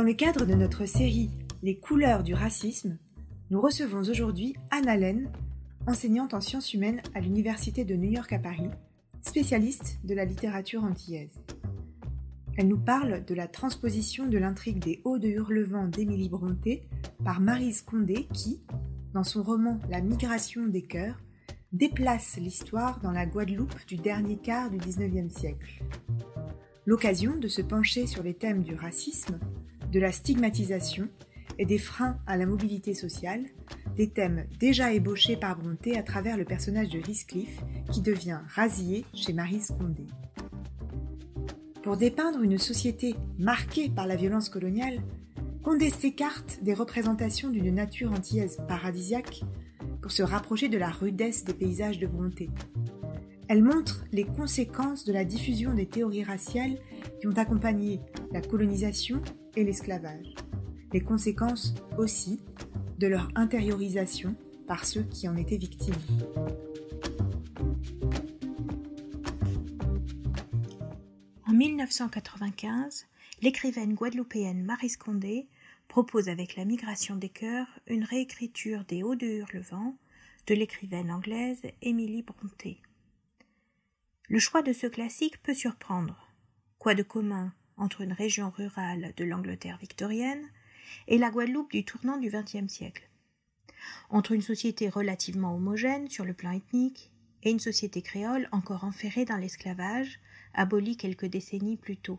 Dans le cadre de notre série « Les couleurs du racisme », nous recevons aujourd'hui Anne Allen, enseignante en sciences humaines à l'Université de New York à Paris, spécialiste de la littérature antillaise. Elle nous parle de la transposition de l'intrigue des Hauts de Hurlevent d'Émilie Brontë par Maryse Condé qui, dans son roman « La migration des cœurs », déplace l'histoire dans la Guadeloupe du dernier quart du XIXe siècle. L'occasion de se pencher sur les thèmes du racisme, de la stigmatisation et des freins à la mobilité sociale, des thèmes déjà ébauchés par Brontë à travers le personnage de Heathcliff qui devient rasier chez Maryse Condé. Pour dépeindre une société marquée par la violence coloniale, Condé s'écarte des représentations d'une nature antillaise paradisiaque pour se rapprocher de la rudesse des paysages de Brontë. Elle montre les conséquences de la diffusion des théories raciales qui ont accompagné la colonisation et l'esclavage. Les conséquences aussi de leur intériorisation par ceux qui en étaient victimes. En 1995, l'écrivaine guadeloupéenne Maryse Condé propose avec La migration des cœurs une réécriture des Hauts de Hurlevent de l'écrivaine anglaise Émilie Brontë. Le choix de ce classique peut surprendre. Quoi de commun entre une région rurale de l'Angleterre victorienne et la Guadeloupe du tournant du XXe siècle? Entre une société relativement homogène sur le plan ethnique et une société créole encore enferrée dans l'esclavage, abolie quelques décennies plus tôt.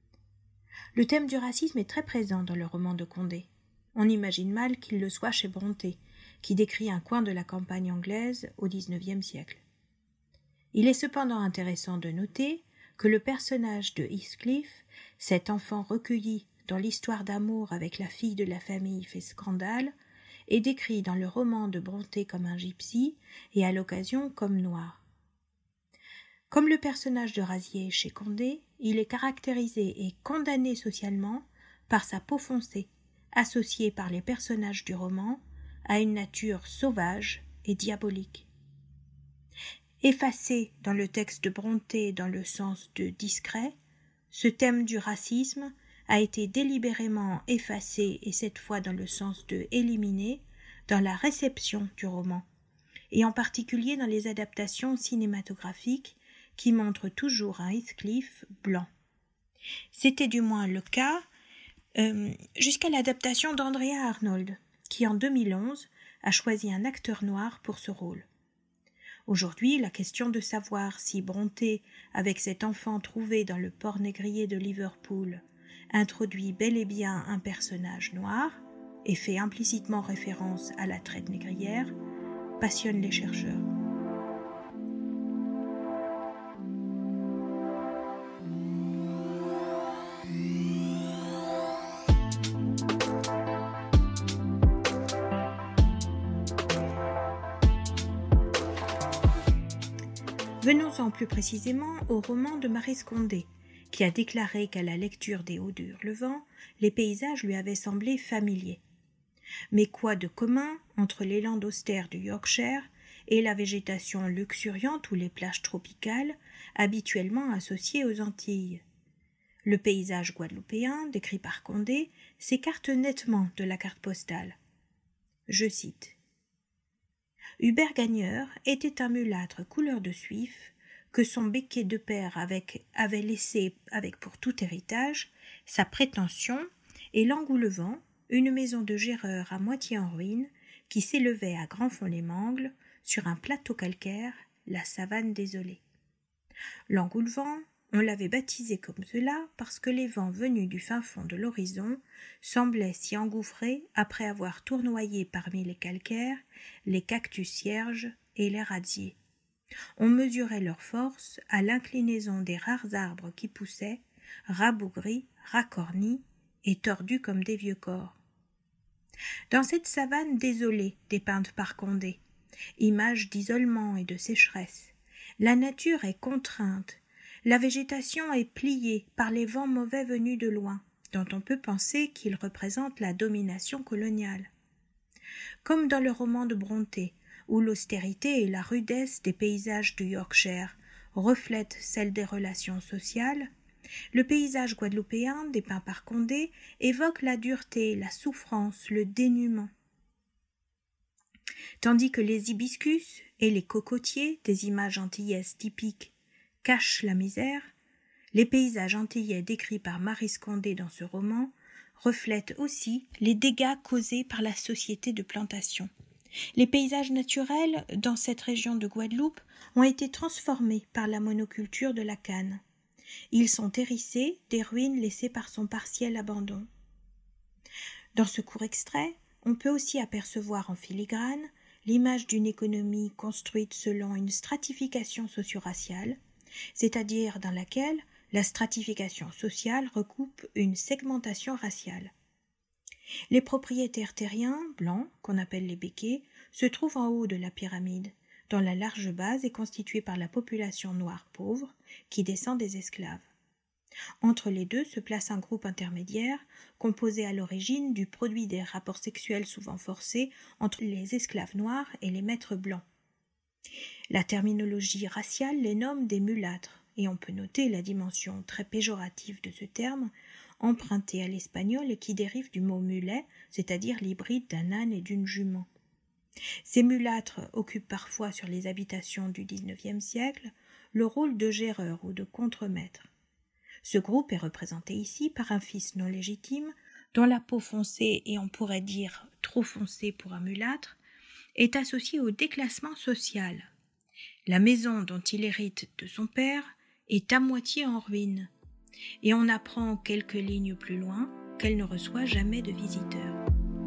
Le thème du racisme est très présent dans le roman de Condé. On imagine mal qu'il le soit chez Brontë, qui décrit un coin de la campagne anglaise au XIXe siècle. Il est cependant intéressant de noter que le personnage de Heathcliff, cet enfant recueilli dont l'histoire d'amour avec la fille de la famille fait scandale, est décrit dans le roman de Brontë comme un gypsy et à l'occasion comme noir. Comme le personnage de Rasier chez Condé, il est caractérisé et condamné socialement par sa peau foncée, associée par les personnages du roman à une nature sauvage et diabolique. Effacé dans le texte de Brontë dans le sens de discret, ce thème du racisme a été délibérément effacé et cette fois dans le sens de éliminé dans la réception du roman, et en particulier dans les adaptations cinématographiques qui montrent toujours un Heathcliff blanc. C'était du moins le cas jusqu'à l'adaptation d'Andrea Arnold, qui en 2011 a choisi un acteur noir pour ce rôle. Aujourd'hui, la question de savoir si Brontë, avec cet enfant trouvé dans le port négrier de Liverpool, introduit bel et bien un personnage noir et fait implicitement référence à la traite négrière, passionne les chercheurs. Venons-en plus précisément au roman de Maryse Condé, qui a déclaré qu'à la lecture des Hauts de Hurlevent, les paysages lui avaient semblé familiers. Mais quoi de commun entre les landes austères du Yorkshire et la végétation luxuriante ou les plages tropicales habituellement associées aux Antilles? Le paysage guadeloupéen, décrit par Condé, s'écarte nettement de la carte postale. Je cite. Hubert Gagneur était un mulâtre couleur de suif que son béquet de père avait laissé avec pour tout héritage sa prétention et l'Engoulevent, une maison de géreur à moitié en ruine qui s'élevait à Grand-Fond-les-Mangles sur un plateau calcaire, la savane désolée. L'Engoulevent, on l'avait baptisé comme cela parce que les vents venus du fin fond de l'horizon semblaient s'y engouffrer après avoir tournoyé parmi les calcaires, les cactus cierges et les radiers. On mesurait leur force à l'inclinaison des rares arbres qui poussaient, rabougris, racornis et tordus comme des vieux corps. Dans cette savane désolée dépeinte par Condé, image d'isolement et de sécheresse, la nature est contrainte. La végétation est pliée par les vents mauvais venus de loin, dont on peut penser qu'ils représentent la domination coloniale. Comme dans le roman de Brontë, où l'austérité et la rudesse des paysages du Yorkshire reflètent celles des relations sociales, Le paysage guadeloupéen, dépeint par Condé, évoque la dureté, la souffrance, le dénuement. Tandis que les hibiscus et les cocotiers, des images antillaises typiques, cachent la misère, les paysages antillais décrits par Maryse Condé dans ce roman reflètent aussi les dégâts causés par la société de plantation. Les paysages naturels dans cette région de Guadeloupe ont été transformés par la monoculture de la canne. Ils sont hérissés des ruines laissées par son partiel abandon. Dans ce court extrait, on peut aussi apercevoir en filigrane l'image d'une économie construite selon une stratification socio-raciale, c'est-à-dire dans laquelle la stratification sociale recoupe une segmentation raciale. Les propriétaires terriens, blancs, qu'on appelle les béquets, se trouvent en haut de la pyramide, dont la large base est constituée par la population noire pauvre qui descend des esclaves. Entre les deux se place un groupe intermédiaire, composé à l'origine du produit des rapports sexuels souvent forcés entre les esclaves noirs et les maîtres blancs. La terminologie raciale les nomme des mulâtres, et on peut noter la dimension très péjorative de ce terme, emprunté à l'espagnol et qui dérive du mot mulet, c'est-à-dire l'hybride d'un âne et d'une jument. Ces mulâtres occupent parfois sur les habitations du XIXe siècle le rôle de géreur ou de contremaître. Ce groupe est représenté ici par un fils non légitime, dont la peau foncée, et on pourrait dire trop foncée pour un mulâtre, est associée au déclassement social. La maison dont il hérite de son père est à moitié en ruine, et on apprend quelques lignes plus loin qu'elle ne reçoit jamais de visiteurs.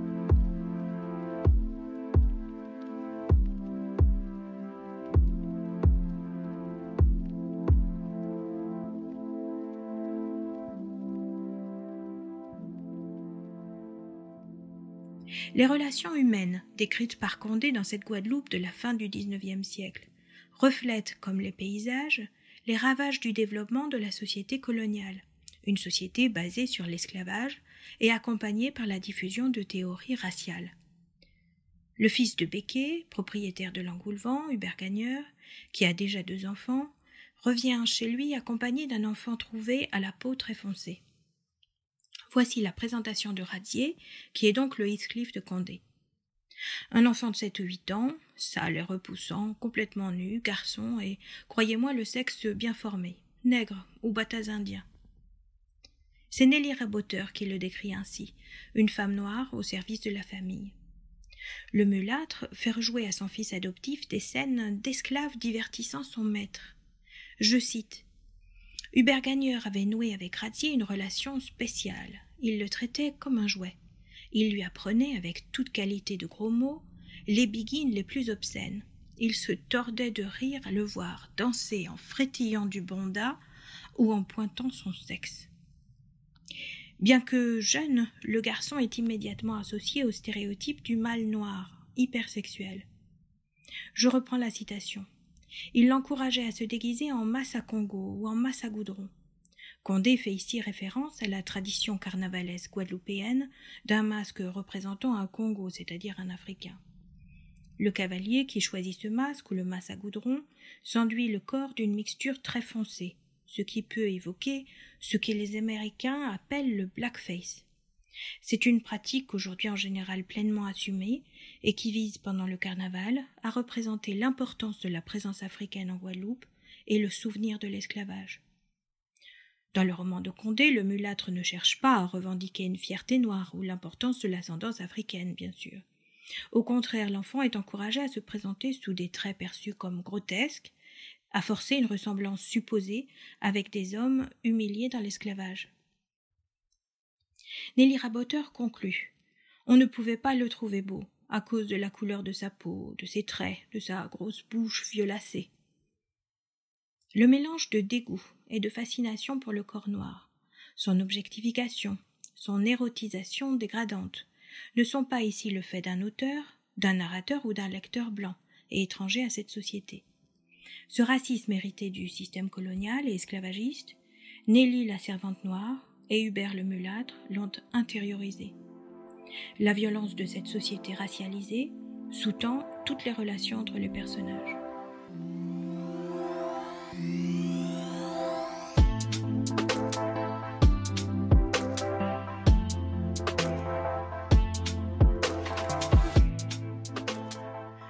Les relations humaines, décrites par Condé dans cette Guadeloupe de la fin du XIXe siècle, reflètent, comme les paysages, les ravages du développement de la société coloniale, une société basée sur l'esclavage et accompagnée par la diffusion de théories raciales. Le fils de Becquet, propriétaire de l'Engoulevent, Hubert Gagneur, qui a déjà 2 enfants, revient chez lui accompagné d'un enfant trouvé à la peau très foncée. Voici la présentation de Radier, qui est donc le Heathcliff de Condé. Un enfant de 7 ou 8 ans, sale et repoussant, complètement nu, garçon et, croyez-moi, le sexe bien formé, nègre ou batasse indien. C'est Nelly Raboteur qui le décrit ainsi, une femme noire au service de la famille. Le mulâtre fait rejouer à son fils adoptif des scènes d'esclaves divertissant son maître. Je cite: « Hubert Gagneur avait noué avec Radier une relation spéciale. Il le traitait comme un jouet. Il lui apprenait, avec toute qualité de gros mots, les biguines les plus obscènes. Il se tordait de rire à le voir danser en frétillant du bonda ou en pointant son sexe. » Bien que jeune, le garçon est immédiatement associé au stéréotype du mâle noir, hypersexuel. Je reprends la citation. Il l'encourageait à se déguiser en massa Congo ou en massa Goudron. Condé fait ici référence à la tradition carnavalesque guadeloupéenne d'un masque représentant un Congo, c'est-à-dire un Africain. Le cavalier qui choisit ce masque ou le massa Goudron s'enduit le corps d'une mixture très foncée, ce qui peut évoquer ce que les Américains appellent le blackface. C'est une pratique aujourd'hui en général pleinement assumée et qui vise pendant le carnaval à représenter l'importance de la présence africaine en Guadeloupe et le souvenir de l'esclavage. Dans le roman de Condé, le mulâtre ne cherche pas à revendiquer une fierté noire ou l'importance de l'ascendance africaine, bien sûr. Au contraire, l'enfant est encouragé à se présenter sous des traits perçus comme grotesques, à forcer une ressemblance supposée avec des hommes humiliés dans l'esclavage. Nelly Raboteur conclut. On ne pouvait pas le trouver beau, à cause de la couleur de sa peau, de ses traits, de sa grosse bouche violacée. Le mélange de dégoût et de fascination pour le corps noir, son objectification, son érotisation dégradante, ne sont pas ici le fait d'un auteur, d'un narrateur ou d'un lecteur blanc et étranger à cette société. Ce racisme hérité du système colonial et esclavagiste, Nelly la servante noire et Hubert le mulâtre l'ont intériorisé. La violence de cette société racialisée sous-tend toutes les relations entre les personnages.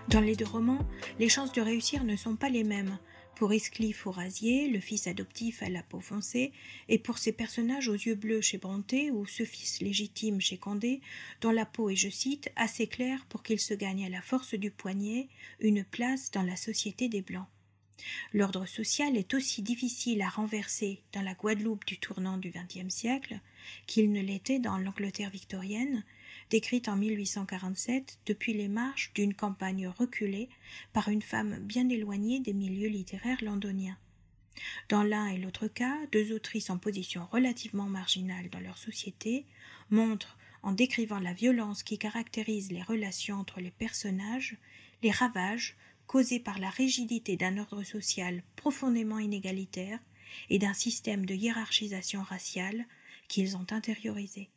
Dans les deux romans, les chances de réussir ne sont pas les mêmes. Pour Heathcliff Fourrazier, le fils adoptif à la peau foncée, et pour ses personnages aux yeux bleus chez Brontë ou ce fils légitime chez Condé, dont la peau est, je cite, assez claire pour qu'il se gagne à la force du poignet une place dans la société des Blancs. L'ordre social est aussi difficile à renverser dans la Guadeloupe du tournant du XXe siècle qu'il ne l'était dans l'Angleterre victorienne, décrite en 1847 depuis les marches d'une campagne reculée par une femme bien éloignée des milieux littéraires londoniens. Dans l'un et l'autre cas, deux autrices en position relativement marginale dans leur société montrent, en décrivant la violence qui caractérise les relations entre les personnages, les ravages causés par la rigidité d'un ordre social profondément inégalitaire et d'un système de hiérarchisation raciale qu'ils ont intériorisé.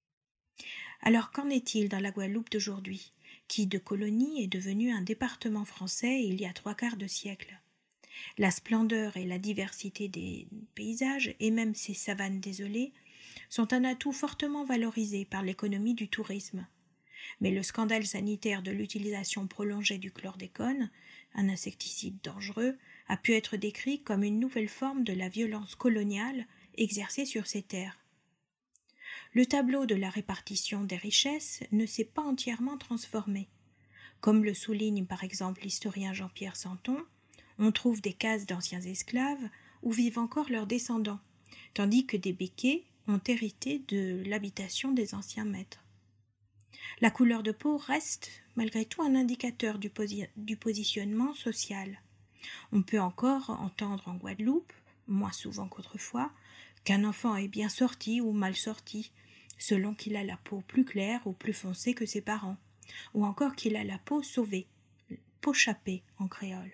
Alors qu'en est-il dans la Guadeloupe d'aujourd'hui, qui de colonie est devenue un département français il y a 3/4 de siècle ? La splendeur et la diversité des paysages, et même ces savanes désolées, sont un atout fortement valorisé par l'économie du tourisme. Mais le scandale sanitaire de l'utilisation prolongée du chlordécone, un insecticide dangereux, a pu être décrit comme une nouvelle forme de la violence coloniale exercée sur ces terres. Le tableau de la répartition des richesses ne s'est pas entièrement transformé. Comme le souligne par exemple l'historien Jean-Pierre Santon, on trouve des cases d'anciens esclaves où vivent encore leurs descendants, tandis que des béquets ont hérité de l'habitation des anciens maîtres. La couleur de peau reste malgré tout un indicateur du positionnement social. On peut encore entendre en Guadeloupe, moins souvent qu'autrefois, qu'un enfant est bien sorti ou mal sorti, selon qu'il a la peau plus claire ou plus foncée que ses parents, ou encore qu'il a la peau sauvée, peau chapée en créole.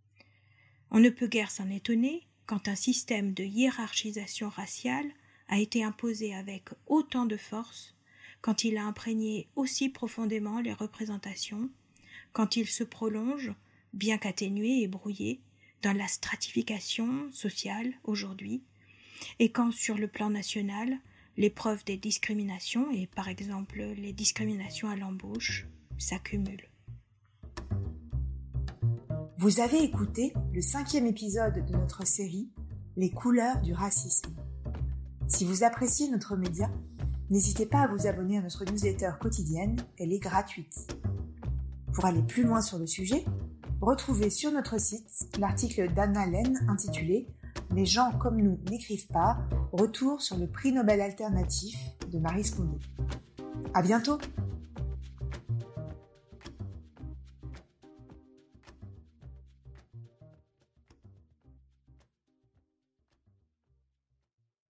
On ne peut guère s'en étonner quand un système de hiérarchisation raciale a été imposé avec autant de force, quand il a imprégné aussi profondément les représentations, quand il se prolonge, bien qu'atténué et brouillé, dans la stratification sociale aujourd'hui, et quand sur le plan national, l'épreuve des discriminations, et par exemple les discriminations à l'embauche, s'accumulent. Vous avez écouté le 5e épisode de notre série « Les couleurs du racisme ». Si vous appréciez notre média, n'hésitez pas à vous abonner à notre newsletter quotidienne, elle est gratuite. Pour aller plus loin sur le sujet, retrouvez sur notre site l'article d'Anna Lehn intitulé « Les gens comme nous n'écrivent pas, retour sur le prix Nobel alternatif » de Maryse Condé. À bientôt!